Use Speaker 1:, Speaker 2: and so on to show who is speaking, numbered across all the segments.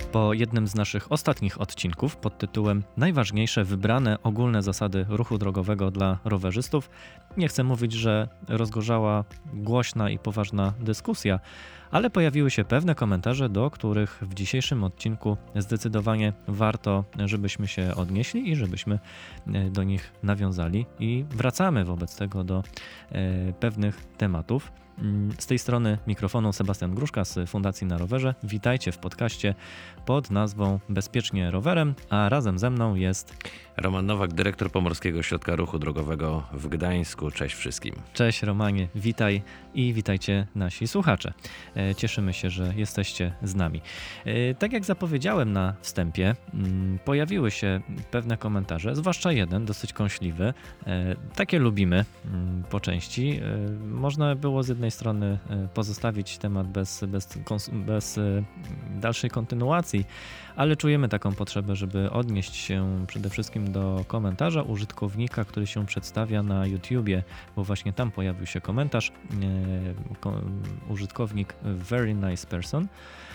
Speaker 1: Po jednym z naszych ostatnich odcinków pod tytułem Najważniejsze wybrane ogólne zasady ruchu drogowego dla rowerzystów, nie chcę mówić, że rozgorzała głośna i poważna dyskusja, ale pojawiły się pewne komentarze, do których w dzisiejszym odcinku zdecydowanie warto, żebyśmy się odnieśli i żebyśmy do nich nawiązali i wracamy wobec tego do pewnych tematów. Z tej strony mikrofonu Sebastian Gruszka z Fundacji Na Rowerze. Witajcie w podcaście pod nazwą Bezpiecznie rowerem, a razem ze mną jest
Speaker 2: Roman Nowak, dyrektor Pomorskiego Ośrodka Ruchu Drogowego w Gdańsku. Cześć wszystkim.
Speaker 1: Cześć Romanie, witaj i witajcie nasi słuchacze. Cieszymy się, że jesteście z nami. Tak jak zapowiedziałem na wstępie, pojawiły się pewne komentarze, zwłaszcza jeden, dosyć kąśliwy. Takie lubimy po części. Można było z jednej strony pozostawić temat bez dalszej kontynuacji, ale czujemy taką potrzebę, żeby odnieść się przede wszystkim do komentarza użytkownika, który się przedstawia na YouTubie, bo właśnie tam pojawił się komentarz, użytkownik Very Nice Person.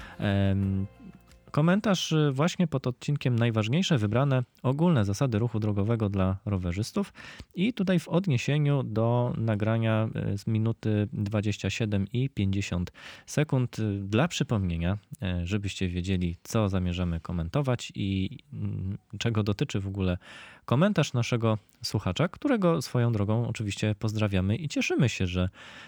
Speaker 1: Komentarz właśnie pod odcinkiem Najważniejsze wybrane ogólne zasady ruchu drogowego dla rowerzystów i tutaj w odniesieniu do nagrania z minuty 27 i 50 sekund dla przypomnienia, żebyście wiedzieli, co zamierzamy komentować i czego dotyczy w ogóle komentarz naszego słuchacza, którego swoją drogą oczywiście pozdrawiamy i cieszymy się, że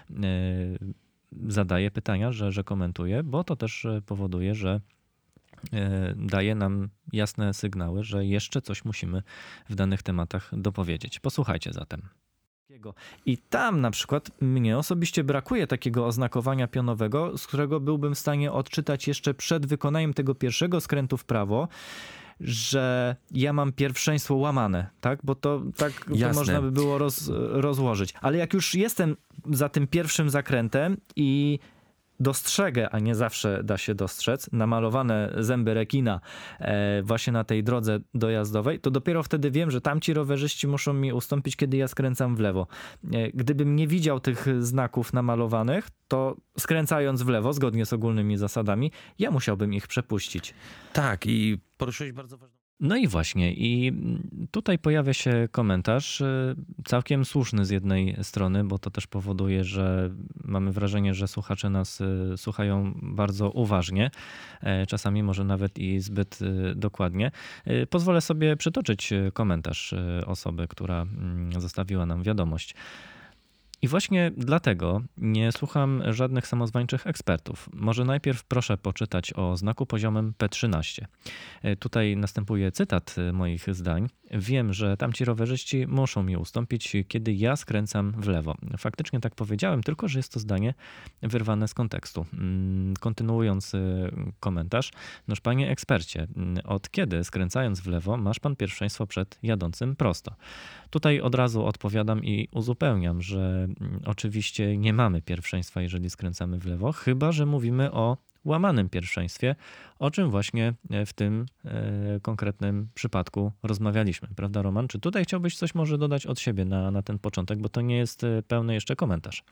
Speaker 1: zadaje pytania, że komentuje, bo to też powoduje, że daje nam jasne sygnały, że jeszcze coś musimy w danych tematach dopowiedzieć. Posłuchajcie zatem. I tam na przykład mnie osobiście brakuje takiego oznakowania pionowego, z którego byłbym w stanie odczytać jeszcze przed wykonaniem tego pierwszego skrętu w prawo, że ja mam pierwszeństwo łamane, tak? Bo to tak to można by było rozłożyć. Ale jak już jestem za tym pierwszym zakrętem i dostrzegę, a nie zawsze da się dostrzec, namalowane zęby rekina właśnie na tej drodze dojazdowej, to dopiero wtedy wiem, że tamci rowerzyści muszą mi ustąpić, kiedy ja skręcam w lewo. Gdybym nie widział tych znaków namalowanych, to skręcając w lewo, zgodnie z ogólnymi zasadami, ja musiałbym ich przepuścić.
Speaker 2: Tak, i poruszyłeś bardzo ważną.
Speaker 1: No i właśnie, i tutaj pojawia się komentarz całkiem słuszny z jednej strony, bo to też powoduje, że mamy wrażenie, że słuchacze nas słuchają bardzo uważnie, czasami może nawet i zbyt dokładnie. Pozwolę sobie przytoczyć komentarz osoby, która zostawiła nam wiadomość. I właśnie dlatego nie słucham żadnych samozwańczych ekspertów. Może najpierw proszę poczytać o znaku poziomym P13. Tutaj następuje cytat moich zdań. Wiem, że tamci rowerzyści muszą mi ustąpić, kiedy ja skręcam w lewo. Faktycznie tak powiedziałem, tylko że jest to zdanie wyrwane z kontekstu. Kontynuując komentarz. Noż panie ekspercie, od kiedy skręcając w lewo masz pan pierwszeństwo przed jadącym prosto? Tutaj od razu odpowiadam i uzupełniam, że oczywiście nie mamy pierwszeństwa, jeżeli skręcamy w lewo, chyba że mówimy o łamanym pierwszeństwie, o czym właśnie w tym konkretnym przypadku rozmawialiśmy. Prawda, Roman? Czy tutaj chciałbyś coś może dodać od siebie na ten początek, bo to nie jest pełny jeszcze komentarz.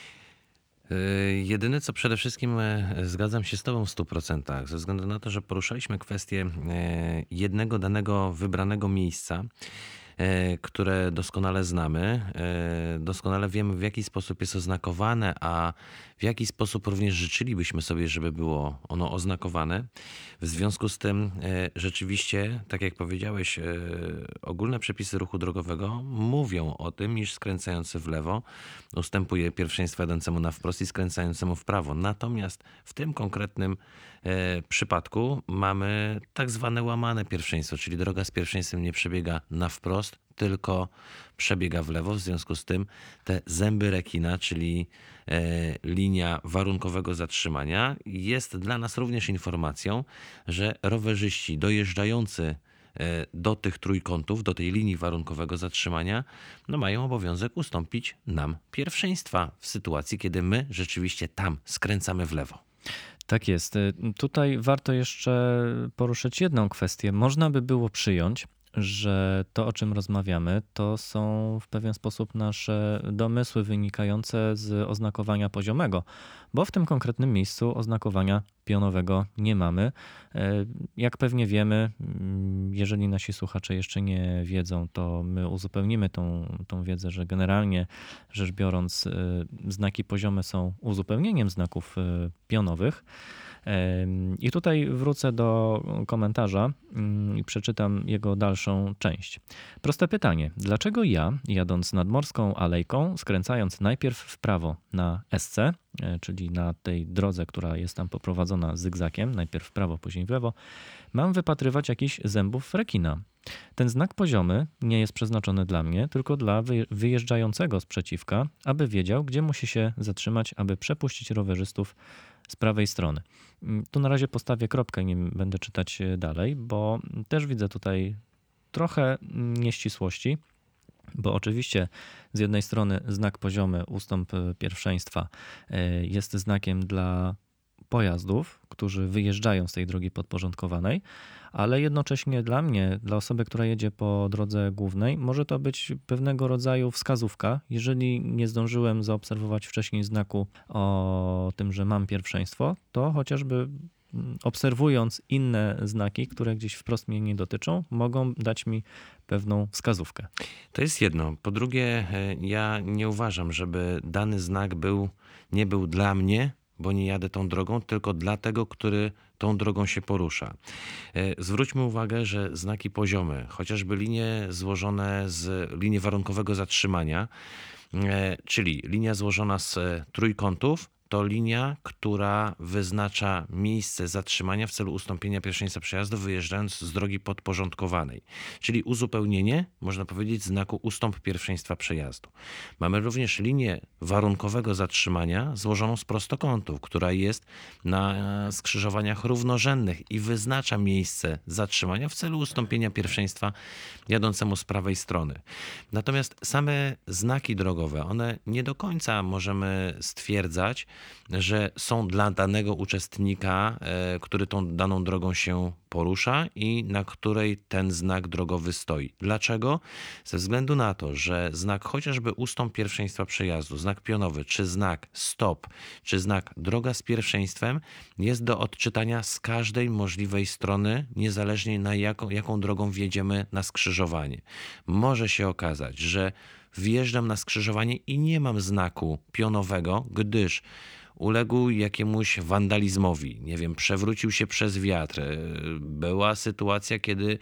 Speaker 2: Jedyne co przede wszystkim zgadzam się z tobą w 100%, ze względu na to, że poruszaliśmy kwestię jednego danego wybranego miejsca, które doskonale znamy, doskonale wiemy, w jaki sposób jest oznakowane, a w jaki sposób również życzylibyśmy sobie, żeby było ono oznakowane. W związku z tym rzeczywiście, tak jak powiedziałeś, ogólne przepisy ruchu drogowego mówią o tym, iż skręcający w lewo ustępuje pierwszeństwo jadącemu na wprost i skręcającemu w prawo. Natomiast w tym konkretnym przypadku mamy tak zwane łamane pierwszeństwo, czyli droga z pierwszeństwem nie przebiega na wprost, tylko przebiega w lewo. W związku z tym te zęby rekina, czyli linia warunkowego zatrzymania, jest dla nas również informacją, że rowerzyści dojeżdżający do tych trójkątów, do tej linii warunkowego zatrzymania, no mają obowiązek ustąpić nam pierwszeństwa w sytuacji, kiedy my rzeczywiście tam skręcamy w lewo.
Speaker 1: Tak jest. Tutaj warto jeszcze poruszyć jedną kwestię. Można by było przyjąć, że to, o czym rozmawiamy, to są w pewien sposób nasze domysły wynikające z oznakowania poziomego, bo w tym konkretnym miejscu oznakowania pionowego nie mamy. Jak pewnie wiemy, jeżeli nasi słuchacze jeszcze nie wiedzą, to my uzupełnimy tą wiedzę, że generalnie rzecz biorąc znaki poziome są uzupełnieniem znaków pionowych. I tutaj wrócę do komentarza i przeczytam jego dalszą część. Proste pytanie. Dlaczego ja, jadąc nadmorską alejką, skręcając najpierw w prawo na SC, czyli na tej drodze, która jest tam poprowadzona zygzakiem, najpierw w prawo, później w lewo, mam wypatrywać jakichś zębów rekina? Ten znak poziomy nie jest przeznaczony dla mnie, tylko dla wyjeżdżającego z przeciwka, aby wiedział, gdzie musi się zatrzymać, aby przepuścić rowerzystów z prawej strony. Tu na razie postawię kropkę, nie będę czytać dalej, bo też widzę tutaj trochę nieścisłości, bo oczywiście z jednej strony znak poziomy, ustąp pierwszeństwa jest znakiem dla pojazdów, którzy wyjeżdżają z tej drogi podporządkowanej, ale jednocześnie dla mnie, dla osoby, która jedzie po drodze głównej, może to być pewnego rodzaju wskazówka. Jeżeli nie zdążyłem zaobserwować wcześniej znaku o tym, że mam pierwszeństwo, to chociażby obserwując inne znaki, które gdzieś wprost mnie nie dotyczą, mogą dać mi pewną wskazówkę.
Speaker 2: To jest jedno. Po drugie, ja nie uważam, żeby dany znak nie był dla mnie, bo nie jadę tą drogą, tylko dla tego, który tą drogą się porusza. Zwróćmy uwagę, że znaki poziome, chociażby linie złożone z linii warunkowego zatrzymania, czyli linia złożona z trójkątów, to linia, która wyznacza miejsce zatrzymania w celu ustąpienia pierwszeństwa przejazdu, wyjeżdżając z drogi podporządkowanej. Czyli uzupełnienie, można powiedzieć, znaku ustąp pierwszeństwa przejazdu. Mamy również linię warunkowego zatrzymania złożoną z prostokątów, która jest na skrzyżowaniach równorzędnych i wyznacza miejsce zatrzymania w celu ustąpienia pierwszeństwa jadącemu z prawej strony. Natomiast same znaki drogowe, one nie do końca możemy stwierdzać, że są dla danego uczestnika, który tą daną drogą się porusza i na której ten znak drogowy stoi. Dlaczego? Ze względu na to, że znak chociażby ustąp pierwszeństwa przejazdu, znak pionowy, czy znak stop, czy znak droga z pierwszeństwem jest do odczytania z każdej możliwej strony, niezależnie na jaką drogą wjedziemy na skrzyżowanie. Może się okazać, że wjeżdżam na skrzyżowanie i nie mam znaku pionowego, gdyż uległ jakiemuś wandalizmowi, nie wiem, przewrócił się przez wiatr. Była sytuacja, kiedy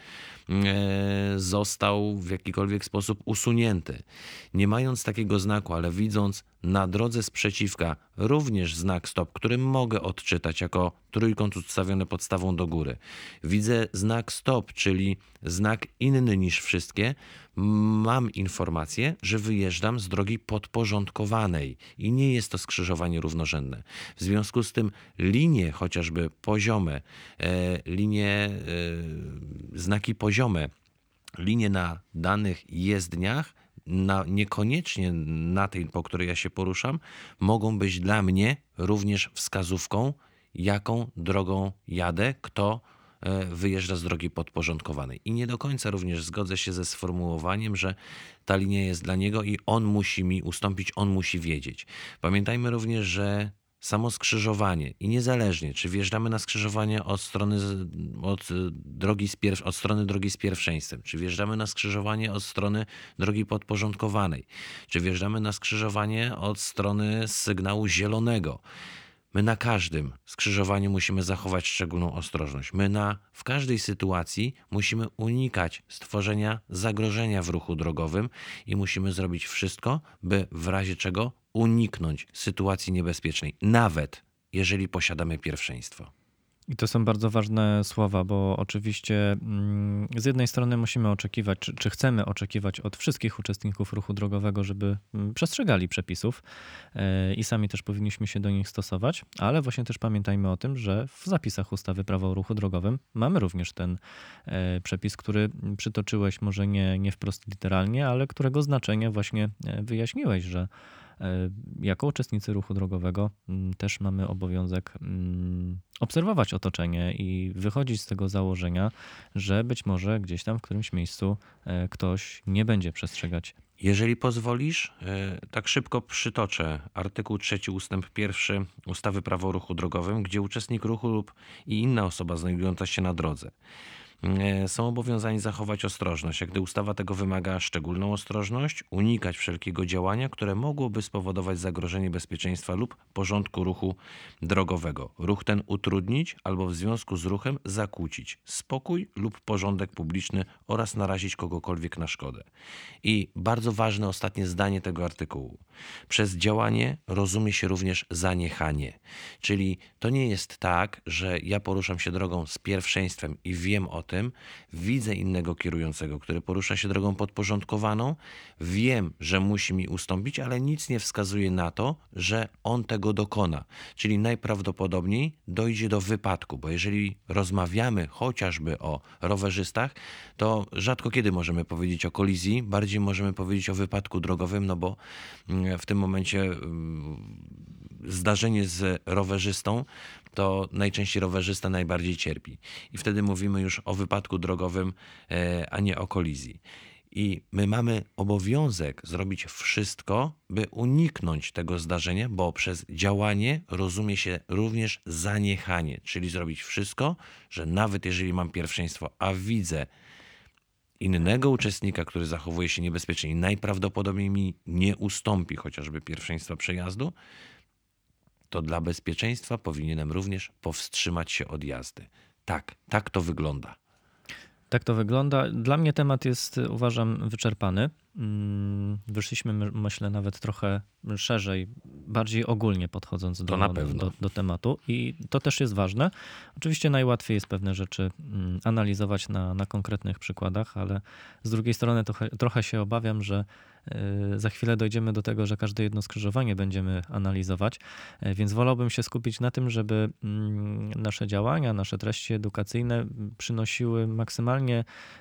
Speaker 2: został w jakikolwiek sposób usunięty. Nie mając takiego znaku, ale widząc na drodze sprzeciwka również znak stop, który mogę odczytać jako trójkąt ustawiony podstawą do góry. Widzę znak stop, czyli znak inny niż wszystkie. Mam informację, że wyjeżdżam z drogi podporządkowanej i nie jest to skrzyżowanie równorzędne. W związku z tym linie chociażby poziome, znaki poziome, linie na danych jezdniach, niekoniecznie na tej, po której ja się poruszam, mogą być dla mnie również wskazówką, jaką drogą jadę, kto wyjeżdża z drogi podporządkowanej. I nie do końca również zgodzę się ze sformułowaniem, że ta linia jest dla niego i on musi mi ustąpić, on musi wiedzieć. Pamiętajmy również, że samo skrzyżowanie i niezależnie, czy wjeżdżamy na skrzyżowanie od strony drogi z pierwszeństwem, czy wjeżdżamy na skrzyżowanie od strony drogi podporządkowanej, czy wjeżdżamy na skrzyżowanie od strony sygnału zielonego, my na każdym skrzyżowaniu musimy zachować szczególną ostrożność. W każdej sytuacji musimy unikać stworzenia zagrożenia w ruchu drogowym i musimy zrobić wszystko, by w razie czego uniknąć sytuacji niebezpiecznej, nawet jeżeli posiadamy pierwszeństwo.
Speaker 1: I to są bardzo ważne słowa, bo oczywiście z jednej strony musimy oczekiwać, czy chcemy oczekiwać od wszystkich uczestników ruchu drogowego, żeby przestrzegali przepisów i sami też powinniśmy się do nich stosować, ale właśnie też pamiętajmy o tym, że w zapisach ustawy Prawo o ruchu drogowym mamy również ten przepis, który przytoczyłeś, może nie wprost literalnie, ale którego znaczenie właśnie wyjaśniłeś, że Jako uczestnicy ruchu drogowego też mamy obowiązek obserwować otoczenie i wychodzić z tego założenia, że być może gdzieś tam w którymś miejscu ktoś nie będzie przestrzegać.
Speaker 2: Jeżeli pozwolisz, tak szybko przytoczę artykuł 3 ustęp 1 ustawy Prawo o ruchu drogowym, gdzie uczestnik ruchu lub i inna osoba znajdująca się na drodze są obowiązani zachować ostrożność, jak gdy ustawa tego wymaga szczególną ostrożność, unikać wszelkiego działania, które mogłoby spowodować zagrożenie bezpieczeństwa lub porządku ruchu drogowego. Ruch ten utrudnić albo w związku z ruchem zakłócić spokój lub porządek publiczny oraz narazić kogokolwiek na szkodę. I bardzo ważne ostatnie zdanie tego artykułu. Przez działanie rozumie się również zaniechanie. Czyli to nie jest tak, że ja poruszam się drogą z pierwszeństwem i wiem o tym, widzę innego kierującego, który porusza się drogą podporządkowaną, wiem, że musi mi ustąpić, ale nic nie wskazuje na to, że on tego dokona. Czyli najprawdopodobniej dojdzie do wypadku, bo jeżeli rozmawiamy chociażby o rowerzystach, to rzadko kiedy możemy powiedzieć o kolizji, bardziej możemy powiedzieć o wypadku drogowym, no bo w tym momencie zdarzenie z rowerzystą, to najczęściej rowerzysta najbardziej cierpi. I wtedy mówimy już o wypadku drogowym, a nie o kolizji. I my mamy obowiązek zrobić wszystko, by uniknąć tego zdarzenia, bo przez działanie rozumie się również zaniechanie, czyli zrobić wszystko, że nawet jeżeli mam pierwszeństwo, a widzę innego uczestnika, który zachowuje się niebezpiecznie i najprawdopodobniej mi nie ustąpi chociażby pierwszeństwa przejazdu, to dla bezpieczeństwa powinienem również powstrzymać się od jazdy. Tak to wygląda.
Speaker 1: Tak to wygląda. Dla mnie temat jest, uważam, wyczerpany. Wyszliśmy, myślę, nawet trochę szerzej, bardziej ogólnie podchodząc do tematu i to też jest ważne. Oczywiście najłatwiej jest pewne rzeczy analizować na konkretnych przykładach, ale z drugiej strony trochę się obawiam, że za chwilę dojdziemy do tego, że każde jedno skrzyżowanie będziemy analizować, więc wolałbym się skupić na tym, żeby nasze działania, nasze treści edukacyjne przynosiły maksymalnie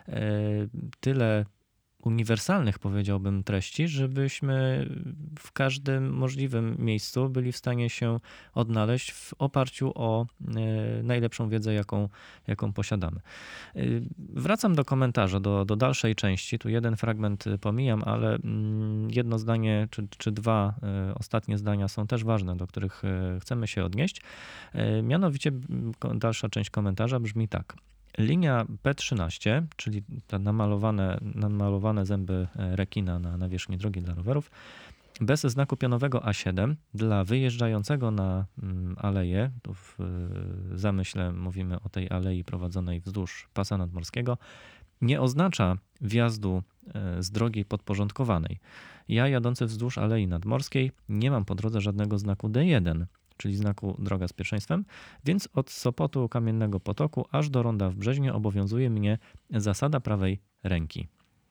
Speaker 1: tyle uniwersalnych, powiedziałbym, treści, żebyśmy w każdym możliwym miejscu byli w stanie się odnaleźć w oparciu o najlepszą wiedzę, jaką posiadamy. Wracam do komentarza, do dalszej części. Tu jeden fragment pomijam, ale jedno zdanie czy dwa ostatnie zdania są też ważne, do których chcemy się odnieść. Mianowicie dalsza część komentarza brzmi tak. Linia P13, czyli te namalowane zęby rekina na nawierzchni drogi dla rowerów, bez znaku pionowego A7 dla wyjeżdżającego na aleję, tu w zamyśle mówimy o tej alei prowadzonej wzdłuż pasa nadmorskiego, nie oznacza wjazdu z drogi podporządkowanej. Ja jadący wzdłuż alei nadmorskiej nie mam po drodze żadnego znaku D1, czyli znaku droga z pierwszeństwem, więc od Sopotu Kamiennego Potoku aż do ronda w Brzeźnie obowiązuje mnie zasada prawej ręki.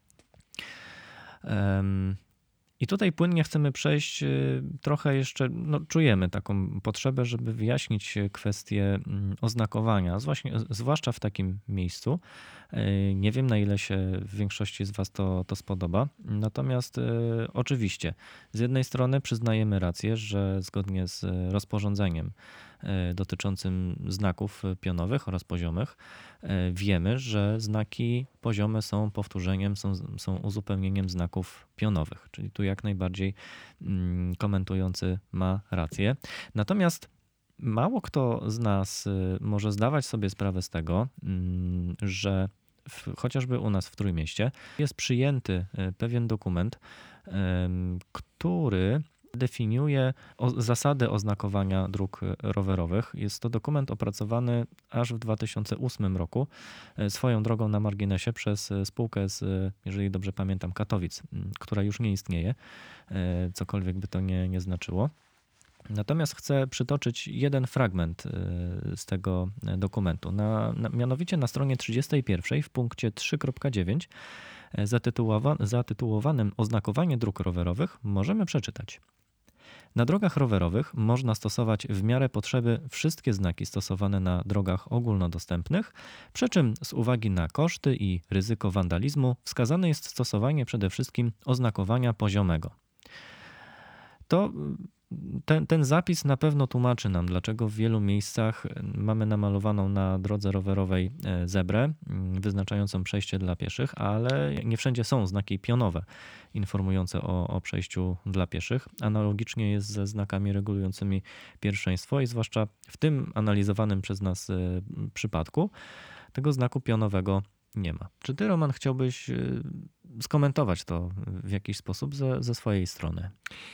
Speaker 1: I tutaj płynnie chcemy przejść trochę jeszcze, czujemy taką potrzebę, żeby wyjaśnić kwestię oznakowania, zwłaszcza w takim miejscu. Nie wiem, na ile się w większości z Was to spodoba. Natomiast oczywiście z jednej strony przyznajemy rację, że zgodnie z rozporządzeniem dotyczącym znaków pionowych oraz poziomych wiemy, że znaki poziome są powtórzeniem, są uzupełnieniem znaków pionowych. Czyli tu jak najbardziej komentujący ma rację. Natomiast mało kto z nas może zdawać sobie sprawę z tego, że chociażby u nas w Trójmieście jest przyjęty pewien dokument, który definiuje zasady oznakowania dróg rowerowych. Jest to dokument opracowany aż w 2008 roku, swoją drogą na marginesie przez spółkę z, jeżeli dobrze pamiętam, Katowic, która już nie istnieje, cokolwiek by to nie znaczyło. Natomiast chcę przytoczyć jeden fragment z tego dokumentu. Mianowicie na stronie 31 w punkcie 3.9 zatytułowanym Oznakowanie dróg rowerowych możemy przeczytać. Na drogach rowerowych można stosować w miarę potrzeby wszystkie znaki stosowane na drogach ogólnodostępnych, przy czym z uwagi na koszty i ryzyko wandalizmu wskazane jest stosowanie przede wszystkim oznakowania poziomego. to ten zapis na pewno tłumaczy nam, dlaczego w wielu miejscach mamy namalowaną na drodze rowerowej zebrę wyznaczającą przejście dla pieszych, ale nie wszędzie są znaki pionowe informujące o przejściu dla pieszych. Analogicznie jest ze znakami regulującymi pierwszeństwo i zwłaszcza w tym analizowanym przez nas przypadku tego znaku pionowego nie ma. Czy ty, Roman, chciałbyś skomentować to w jakiś sposób ze swojej strony?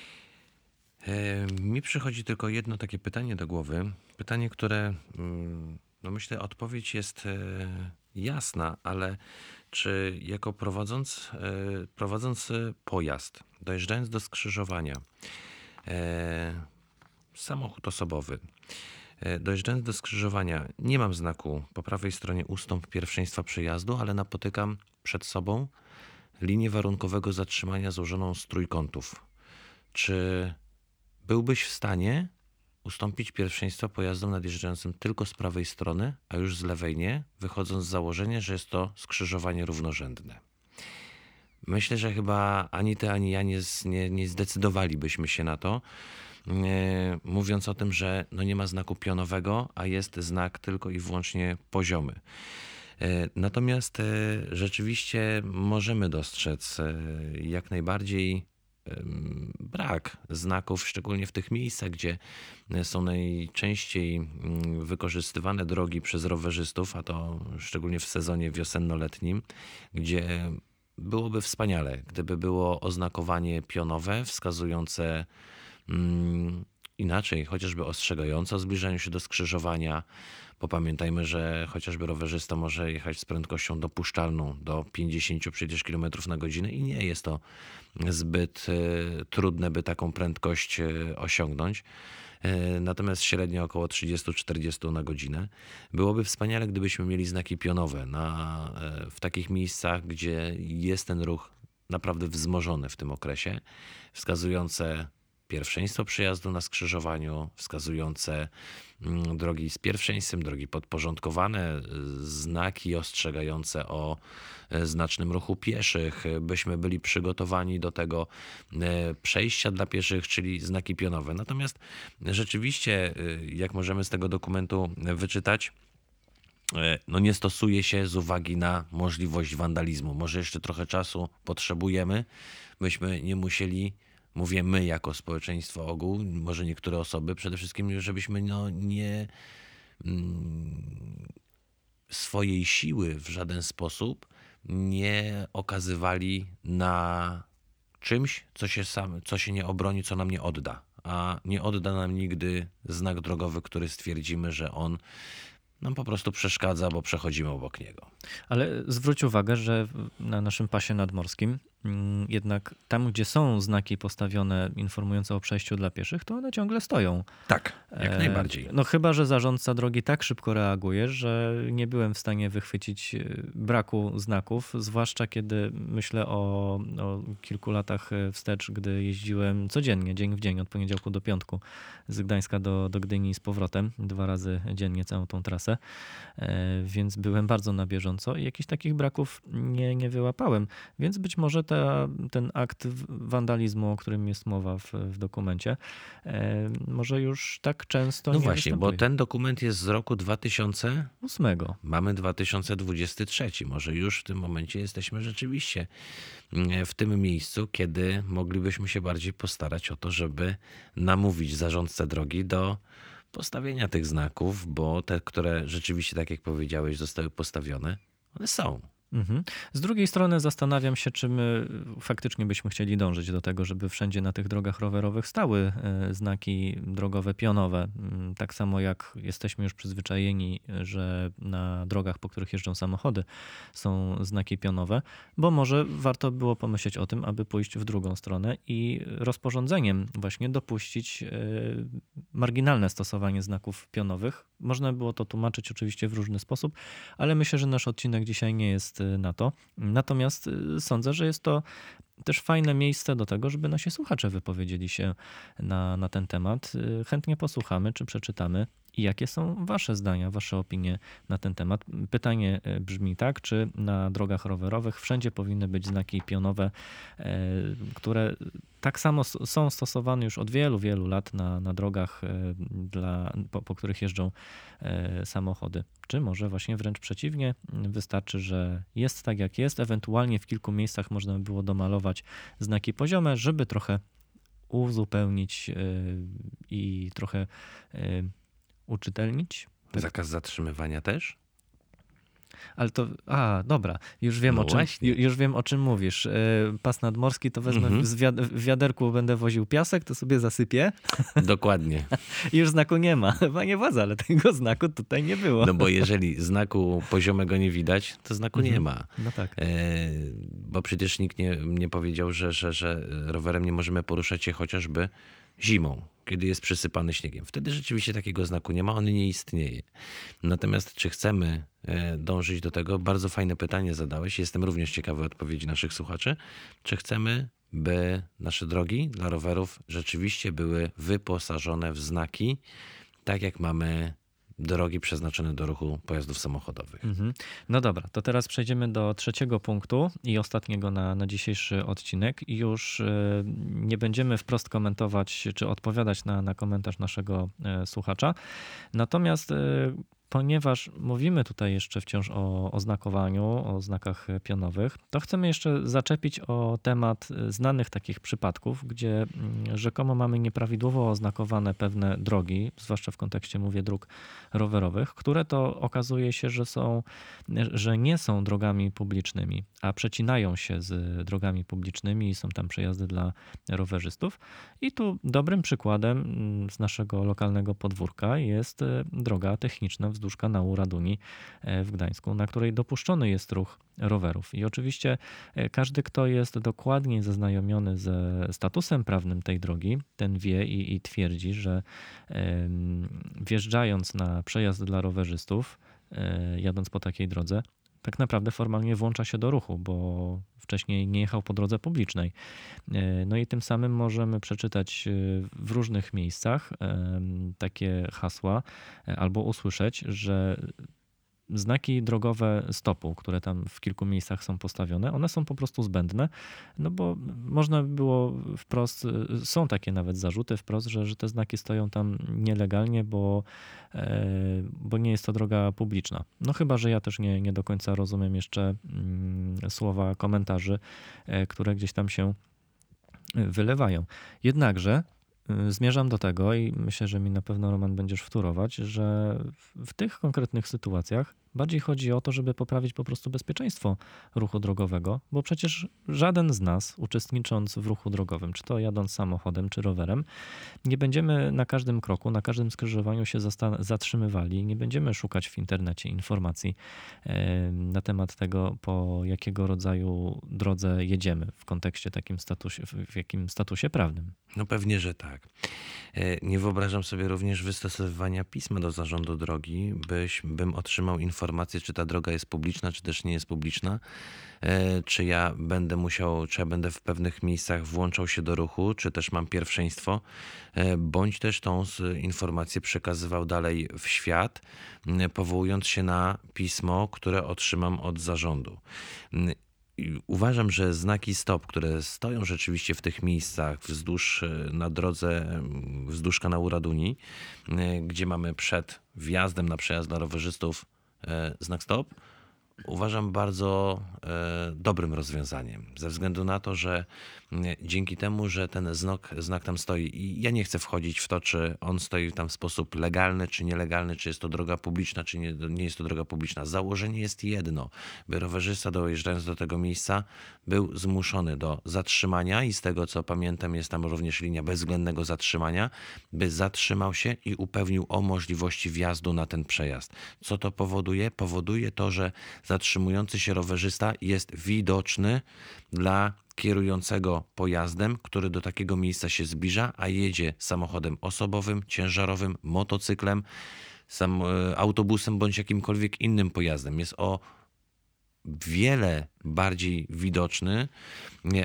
Speaker 2: Mi przychodzi tylko jedno takie pytanie do głowy. Pytanie, które, no myślę, odpowiedź jest jasna, ale czy jako prowadząc pojazd, dojeżdżając do skrzyżowania, samochód osobowy, dojeżdżając do skrzyżowania, nie mam znaku po prawej stronie ustąp pierwszeństwa przejazdu, ale napotykam przed sobą linię warunkowego zatrzymania złożoną z trójkątów. Czy byłbyś w stanie ustąpić pierwszeństwa pojazdom nadjeżdżającym tylko z prawej strony, a już z lewej nie, wychodząc z założenia, że jest to skrzyżowanie równorzędne? Myślę, że chyba ani ty, ani ja nie zdecydowalibyśmy się na to, mówiąc o tym, że no nie ma znaku pionowego, a jest znak tylko i wyłącznie poziomy. Natomiast rzeczywiście możemy dostrzec jak najbardziej brak znaków, szczególnie w tych miejscach, gdzie są najczęściej wykorzystywane drogi przez rowerzystów, a to szczególnie w sezonie wiosenno-letnim, gdzie byłoby wspaniale, gdyby było oznakowanie pionowe wskazujące inaczej, chociażby ostrzegające o zbliżaniu się do skrzyżowania, bo pamiętajmy, że chociażby rowerzysta może jechać z prędkością dopuszczalną do 50 przecież km na godzinę i nie jest to zbyt trudne, by taką prędkość osiągnąć. Natomiast średnio około 30-40 na godzinę. Byłoby wspaniale, gdybyśmy mieli znaki pionowe w takich miejscach, gdzie jest ten ruch naprawdę wzmożony w tym okresie, wskazujące pierwszeństwo przejazdu na skrzyżowaniu, wskazujące drogi z pierwszeństwem, drogi podporządkowane, znaki ostrzegające o znacznym ruchu pieszych, byśmy byli przygotowani do tego przejścia dla pieszych, czyli znaki pionowe. Natomiast rzeczywiście, jak możemy z tego dokumentu wyczytać, no nie stosuje się z uwagi na możliwość wandalizmu. Może jeszcze trochę czasu potrzebujemy, byśmy nie musieli, mówię my jako społeczeństwo ogół, może niektóre osoby, przede wszystkim, żebyśmy nie swojej siły w żaden sposób nie okazywali na czymś, co się nie obroni, co nam nie odda. A nie odda nam nigdy znak drogowy, który stwierdzimy, że on nam po prostu przeszkadza, bo przechodzimy obok niego.
Speaker 1: Ale zwróć uwagę, że na naszym pasie nadmorskim jednak tam, gdzie są znaki postawione informujące o przejściu dla pieszych, to one ciągle stoją.
Speaker 2: Tak, jak najbardziej.
Speaker 1: No chyba, że zarządca drogi tak szybko reaguje, że nie byłem w stanie wychwycić braku znaków, zwłaszcza kiedy myślę o kilku latach wstecz, gdy jeździłem codziennie, dzień w dzień, od poniedziałku do piątku z Gdańska do Gdyni i z powrotem, 2 razy dziennie całą tą trasę, więc byłem bardzo na bieżąco i jakichś takich braków nie wyłapałem, więc być może ten akt wandalizmu, o którym jest mowa w dokumencie, może już tak często
Speaker 2: no
Speaker 1: nie
Speaker 2: właśnie,
Speaker 1: występuje.
Speaker 2: bo ten dokument jest z roku 2008.
Speaker 1: 8.
Speaker 2: Mamy 2023. Może już w tym momencie jesteśmy rzeczywiście w tym miejscu, kiedy moglibyśmy się bardziej postarać o to, żeby namówić zarządcę drogi do postawienia tych znaków, bo te, które rzeczywiście, tak jak powiedziałeś, zostały postawione, one są.
Speaker 1: Z drugiej strony zastanawiam się, czy my faktycznie byśmy chcieli dążyć do tego, żeby wszędzie na tych drogach rowerowych stały znaki drogowe pionowe. Tak samo jak jesteśmy już przyzwyczajeni, że na drogach, po których jeżdżą samochody, są znaki pionowe, bo może warto było pomyśleć o tym, aby pójść w drugą stronę i rozporządzeniem właśnie dopuścić marginalne stosowanie znaków pionowych. Można było to tłumaczyć oczywiście w różny sposób, ale myślę, że nasz odcinek dzisiaj nie jest na to. Natomiast sądzę, że jest to też fajne miejsce do tego, żeby nasi słuchacze wypowiedzieli się na ten temat. Chętnie posłuchamy, czy przeczytamy i jakie są wasze zdania, wasze opinie na ten temat. Pytanie brzmi tak, czy na drogach rowerowych wszędzie powinny być znaki pionowe, które tak samo są stosowane już od wielu, wielu lat na drogach, po których jeżdżą samochody. Czy może właśnie wręcz przeciwnie, wystarczy, że jest tak jak jest, ewentualnie w kilku miejscach można by było domalować znaki poziome, żeby trochę uzupełnić i trochę uczytelnić.
Speaker 2: Zakaz zatrzymywania też?
Speaker 1: Ale to, dobra,
Speaker 2: No właśnie.
Speaker 1: już wiem o czym mówisz. Pas nadmorski to wezmę w wiaderku, będę woził piasek, to sobie zasypię
Speaker 2: Dokładnie.
Speaker 1: i już znaku nie ma. Panie władze, ale tego znaku tutaj nie było.
Speaker 2: No bo jeżeli znaku poziomego nie widać, to znaku nie ma.
Speaker 1: No tak.
Speaker 2: Bo przecież nikt nie powiedział, że rowerem nie możemy poruszać się chociażby zimą, kiedy jest przysypany śniegiem. Wtedy rzeczywiście takiego znaku nie ma, on nie istnieje. Natomiast czy chcemy dążyć do tego? Bardzo fajne pytanie zadałeś. Jestem również ciekawy odpowiedzi naszych słuchaczy. Czy chcemy, by nasze drogi dla rowerów rzeczywiście były wyposażone w znaki, tak jak mamy drogi przeznaczone do ruchu pojazdów samochodowych?
Speaker 1: No dobra, to teraz przejdziemy do trzeciego punktu i ostatniego na dzisiejszy odcinek. I już nie będziemy wprost komentować czy odpowiadać na komentarz naszego słuchacza. Natomiast ponieważ mówimy tutaj jeszcze wciąż o oznakowaniu, o znakach pionowych, to chcemy jeszcze zaczepić o temat znanych takich przypadków, gdzie rzekomo mamy nieprawidłowo oznakowane pewne drogi, zwłaszcza w kontekście, mówię, dróg rowerowych, które to okazuje się, że nie są drogami publicznymi, a przecinają się z drogami publicznymi i są tam przejazdy dla rowerzystów. I tu dobrym przykładem z naszego lokalnego podwórka jest droga techniczna wzdłuż kanału Raduni w Gdańsku, na której dopuszczony jest ruch rowerów. I oczywiście każdy, kto jest dokładnie zaznajomiony ze statusem prawnym tej drogi, ten wie i twierdzi, że wjeżdżając na przejazd dla rowerzystów, jadąc po takiej drodze, tak naprawdę formalnie włącza się do ruchu, bo wcześniej nie jechał po drodze publicznej. No i tym samym możemy przeczytać w różnych miejscach takie hasła albo usłyszeć, że znaki drogowe stopu, które tam w kilku miejscach są postawione, one są po prostu zbędne, no bo można by było wprost, są takie nawet zarzuty wprost, że te znaki stoją tam nielegalnie, bo nie jest to droga publiczna. No chyba, że ja też nie do końca rozumiem jeszcze słowa komentarzy, które gdzieś tam się wylewają. Jednakże zmierzam do tego i myślę, że mi na pewno, Roman, będziesz wtórować, że w tych konkretnych sytuacjach bardziej chodzi o to, żeby poprawić po prostu bezpieczeństwo ruchu drogowego, bo przecież żaden z nas, uczestnicząc w ruchu drogowym, czy to jadąc samochodem, czy rowerem, nie będziemy na każdym kroku, na każdym skrzyżowaniu się zatrzymywali, nie będziemy szukać w internecie informacji na temat tego, po jakiego rodzaju drodze jedziemy w kontekście takim statusie, w jakim statusie prawnym.
Speaker 2: No pewnie, że tak. Nie wyobrażam sobie również wystosowywania pisma do zarządu drogi, bym otrzymał informację, czy ta droga jest publiczna, czy też nie jest publiczna, czy ja będę w pewnych miejscach włączał się do ruchu, czy też mam pierwszeństwo, bądź też tą informację przekazywał dalej w świat, powołując się na pismo, które otrzymam od zarządu. Uważam, że znaki stop, które stoją rzeczywiście w tych miejscach na drodze wzdłuż kanału Raduni, gdzie mamy przed wjazdem na przejazd dla rowerzystów znak stop, uważam bardzo dobrym rozwiązaniem. Ze względu na to, że dzięki temu, że ten znak tam stoi i ja nie chcę wchodzić w to, czy on stoi tam w sposób legalny, czy nielegalny, czy jest to droga publiczna, czy nie jest to droga publiczna. Założenie jest jedno, by rowerzysta dojeżdżając do tego miejsca był zmuszony do zatrzymania i z tego co pamiętam jest tam również linia bezwzględnego zatrzymania, by zatrzymał się i upewnił o możliwości wjazdu na ten przejazd. Co to powoduje? Powoduje to, że zatrzymujący się rowerzysta jest widoczny dla kierującego pojazdem, który do takiego miejsca się zbliża, a jedzie samochodem osobowym, ciężarowym, motocyklem, autobusem bądź jakimkolwiek innym pojazdem. Jest o wiele bardziej widoczny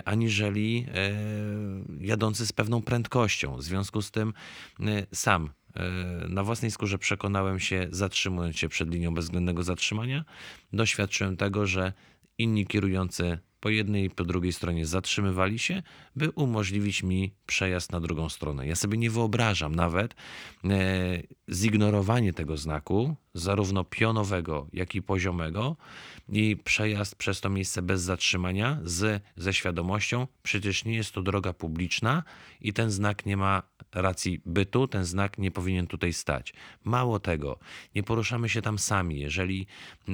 Speaker 2: aniżeli jadący z pewną prędkością. W związku z tym sam na własnej skórze przekonałem się, zatrzymując się przed linią bezwzględnego zatrzymania, doświadczyłem tego, że inni kierujący po jednej i po drugiej stronie zatrzymywali się, by umożliwić mi przejazd na drugą stronę. Ja sobie nie wyobrażam nawet zignorowanie tego znaku, zarówno pionowego, jak i poziomego, i przejazd przez to miejsce bez zatrzymania ze świadomością, przecież nie jest to droga publiczna i ten znak nie ma racji bytu, ten znak nie powinien tutaj stać. Mało tego, nie poruszamy się tam sami. Jeżeli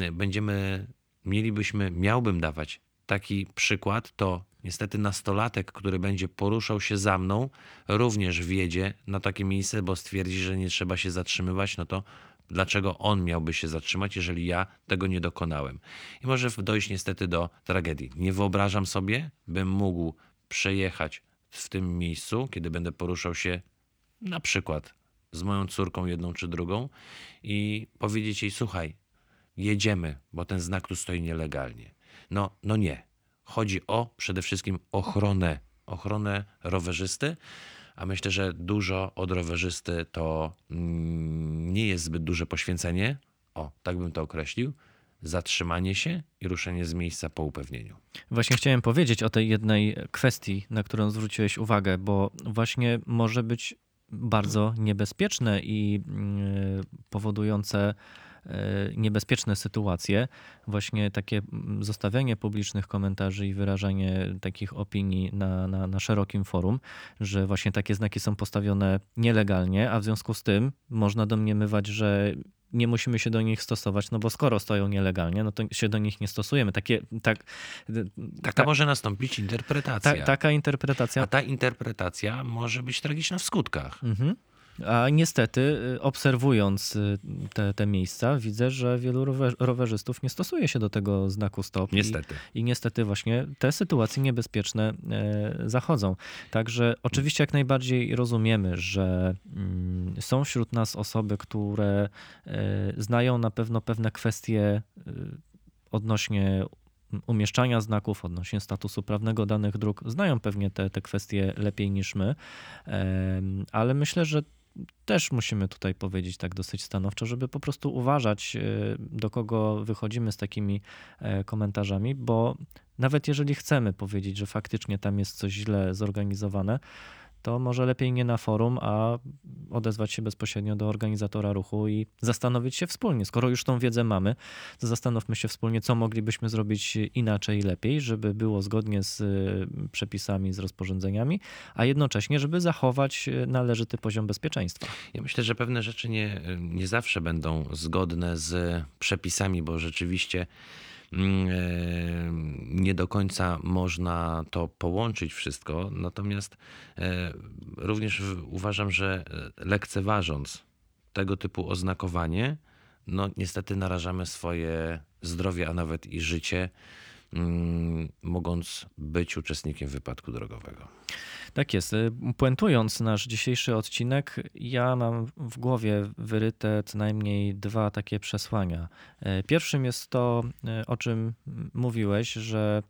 Speaker 2: miałbym dawać taki przykład, to niestety nastolatek, który będzie poruszał się za mną, również wjedzie na takie miejsce, bo stwierdzi, że nie trzeba się zatrzymywać, no to dlaczego on miałby się zatrzymać, jeżeli ja tego nie dokonałem? I może dojść niestety do tragedii. Nie wyobrażam sobie, bym mógł przejechać w tym miejscu, kiedy będę poruszał się na przykład z moją córką jedną czy drugą i powiedzieć jej: słuchaj, jedziemy, bo ten znak tu stoi nielegalnie. No nie. Chodzi o przede wszystkim ochronę rowerzysty, a myślę, że dużo od rowerzysty to nie jest zbyt duże poświęcenie, tak bym to określił, zatrzymanie się i ruszenie z miejsca po upewnieniu.
Speaker 1: Właśnie chciałem powiedzieć o tej jednej kwestii, na którą zwróciłeś uwagę, bo właśnie może być bardzo niebezpieczne i powodujące niebezpieczne sytuacje, właśnie takie zostawianie publicznych komentarzy i wyrażanie takich opinii na szerokim forum, że właśnie takie znaki są postawione nielegalnie, a w związku z tym można domniemywać, że nie musimy się do nich stosować, no bo skoro stoją nielegalnie, no to się do nich nie stosujemy.
Speaker 2: Taka może nastąpić interpretacja.
Speaker 1: Taka interpretacja.
Speaker 2: A ta interpretacja może być tragiczna w skutkach.
Speaker 1: Mhm. A niestety, obserwując te miejsca, widzę, że wielu rowerzystów nie stosuje się do tego znaku stop.
Speaker 2: Niestety.
Speaker 1: I niestety właśnie te sytuacje niebezpieczne zachodzą. Także oczywiście jak najbardziej rozumiemy, że są wśród nas osoby, które znają na pewno pewne kwestie odnośnie umieszczania znaków, odnośnie statusu prawnego danych dróg. Znają pewnie te kwestie lepiej niż my, ale myślę, że też musimy tutaj powiedzieć tak dosyć stanowczo, żeby po prostu uważać, do kogo wychodzimy z takimi komentarzami, bo nawet jeżeli chcemy powiedzieć, że faktycznie tam jest coś źle zorganizowane, to może lepiej nie na forum, a odezwać się bezpośrednio do organizatora ruchu i zastanowić się wspólnie. Skoro już tą wiedzę mamy, to zastanówmy się wspólnie, co moglibyśmy zrobić inaczej i lepiej, żeby było zgodnie z przepisami, z rozporządzeniami, a jednocześnie, żeby zachować należyty poziom bezpieczeństwa.
Speaker 2: Ja myślę, że pewne rzeczy nie zawsze będą zgodne z przepisami, bo rzeczywiście nie do końca można to połączyć wszystko, natomiast również uważam, że lekceważąc tego typu oznakowanie, no niestety narażamy swoje zdrowie, a nawet i życie, mogąc być uczestnikiem wypadku drogowego.
Speaker 1: Tak jest. Puentując nasz dzisiejszy odcinek, ja mam w głowie wyryte co najmniej dwa takie przesłania. Pierwszym jest to, o czym mówiłeś, że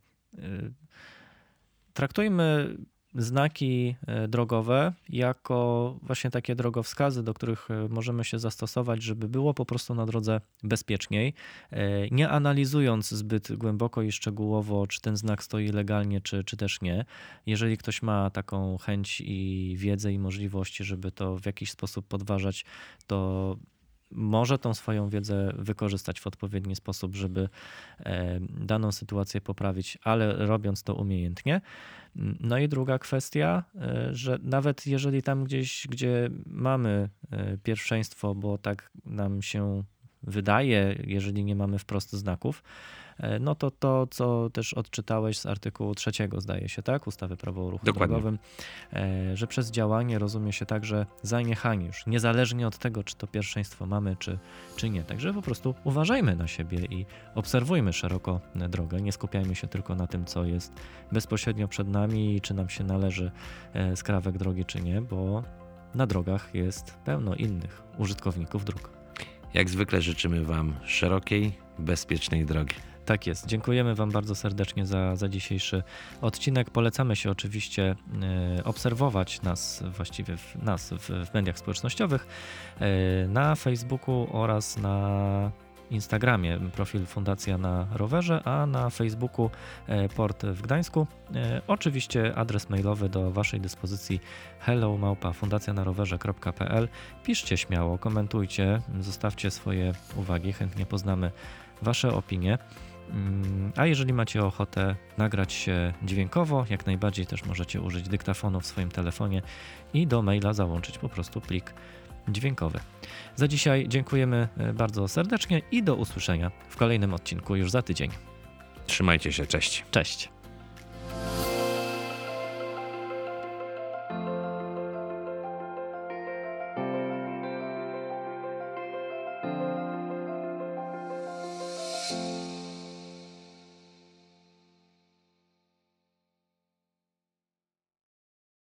Speaker 1: traktujmy znaki drogowe jako właśnie takie drogowskazy, do których możemy się zastosować, żeby było po prostu na drodze bezpieczniej, nie analizując zbyt głęboko i szczegółowo, czy ten znak stoi legalnie, czy też nie. Jeżeli ktoś ma taką chęć i wiedzę i możliwości, żeby to w jakiś sposób podważać, to może tą swoją wiedzę wykorzystać w odpowiedni sposób, żeby daną sytuację poprawić, ale robiąc to umiejętnie. No i druga kwestia, że nawet jeżeli tam gdzieś, gdzie mamy pierwszeństwo, bo tak nam się wydaje, jeżeli nie mamy wprost znaków, no to co też odczytałeś z artykułu 3, zdaje się, tak? Ustawy Prawo o ruchu drogowym, że przez działanie rozumie się także zaniechanie już, niezależnie od tego, czy to pierwszeństwo mamy, czy nie. Także po prostu uważajmy na siebie i obserwujmy szeroko drogę. Nie skupiajmy się tylko na tym, co jest bezpośrednio przed nami i czy nam się należy skrawek drogi, czy nie, bo na drogach jest pełno innych użytkowników dróg.
Speaker 2: Jak zwykle życzymy Wam szerokiej, bezpiecznej drogi.
Speaker 1: Tak jest. Dziękujemy Wam bardzo serdecznie za dzisiejszy odcinek. Polecamy się oczywiście obserwować nas, właściwie w mediach społecznościowych, na Facebooku oraz na Instagramie profil Fundacja na Rowerze, a na Facebooku Port w Gdańsku. Oczywiście adres mailowy do Waszej dyspozycji hello@fundacjanarowerze.pl. Piszcie śmiało, komentujcie, zostawcie swoje uwagi, chętnie poznamy Wasze opinie. A jeżeli macie ochotę nagrać się dźwiękowo, jak najbardziej też możecie użyć dyktafonu w swoim telefonie i do maila załączyć po prostu plik dźwiękowy. Za dzisiaj dziękujemy bardzo serdecznie i do usłyszenia w kolejnym odcinku już za tydzień.
Speaker 2: Trzymajcie się, cześć.
Speaker 1: Cześć.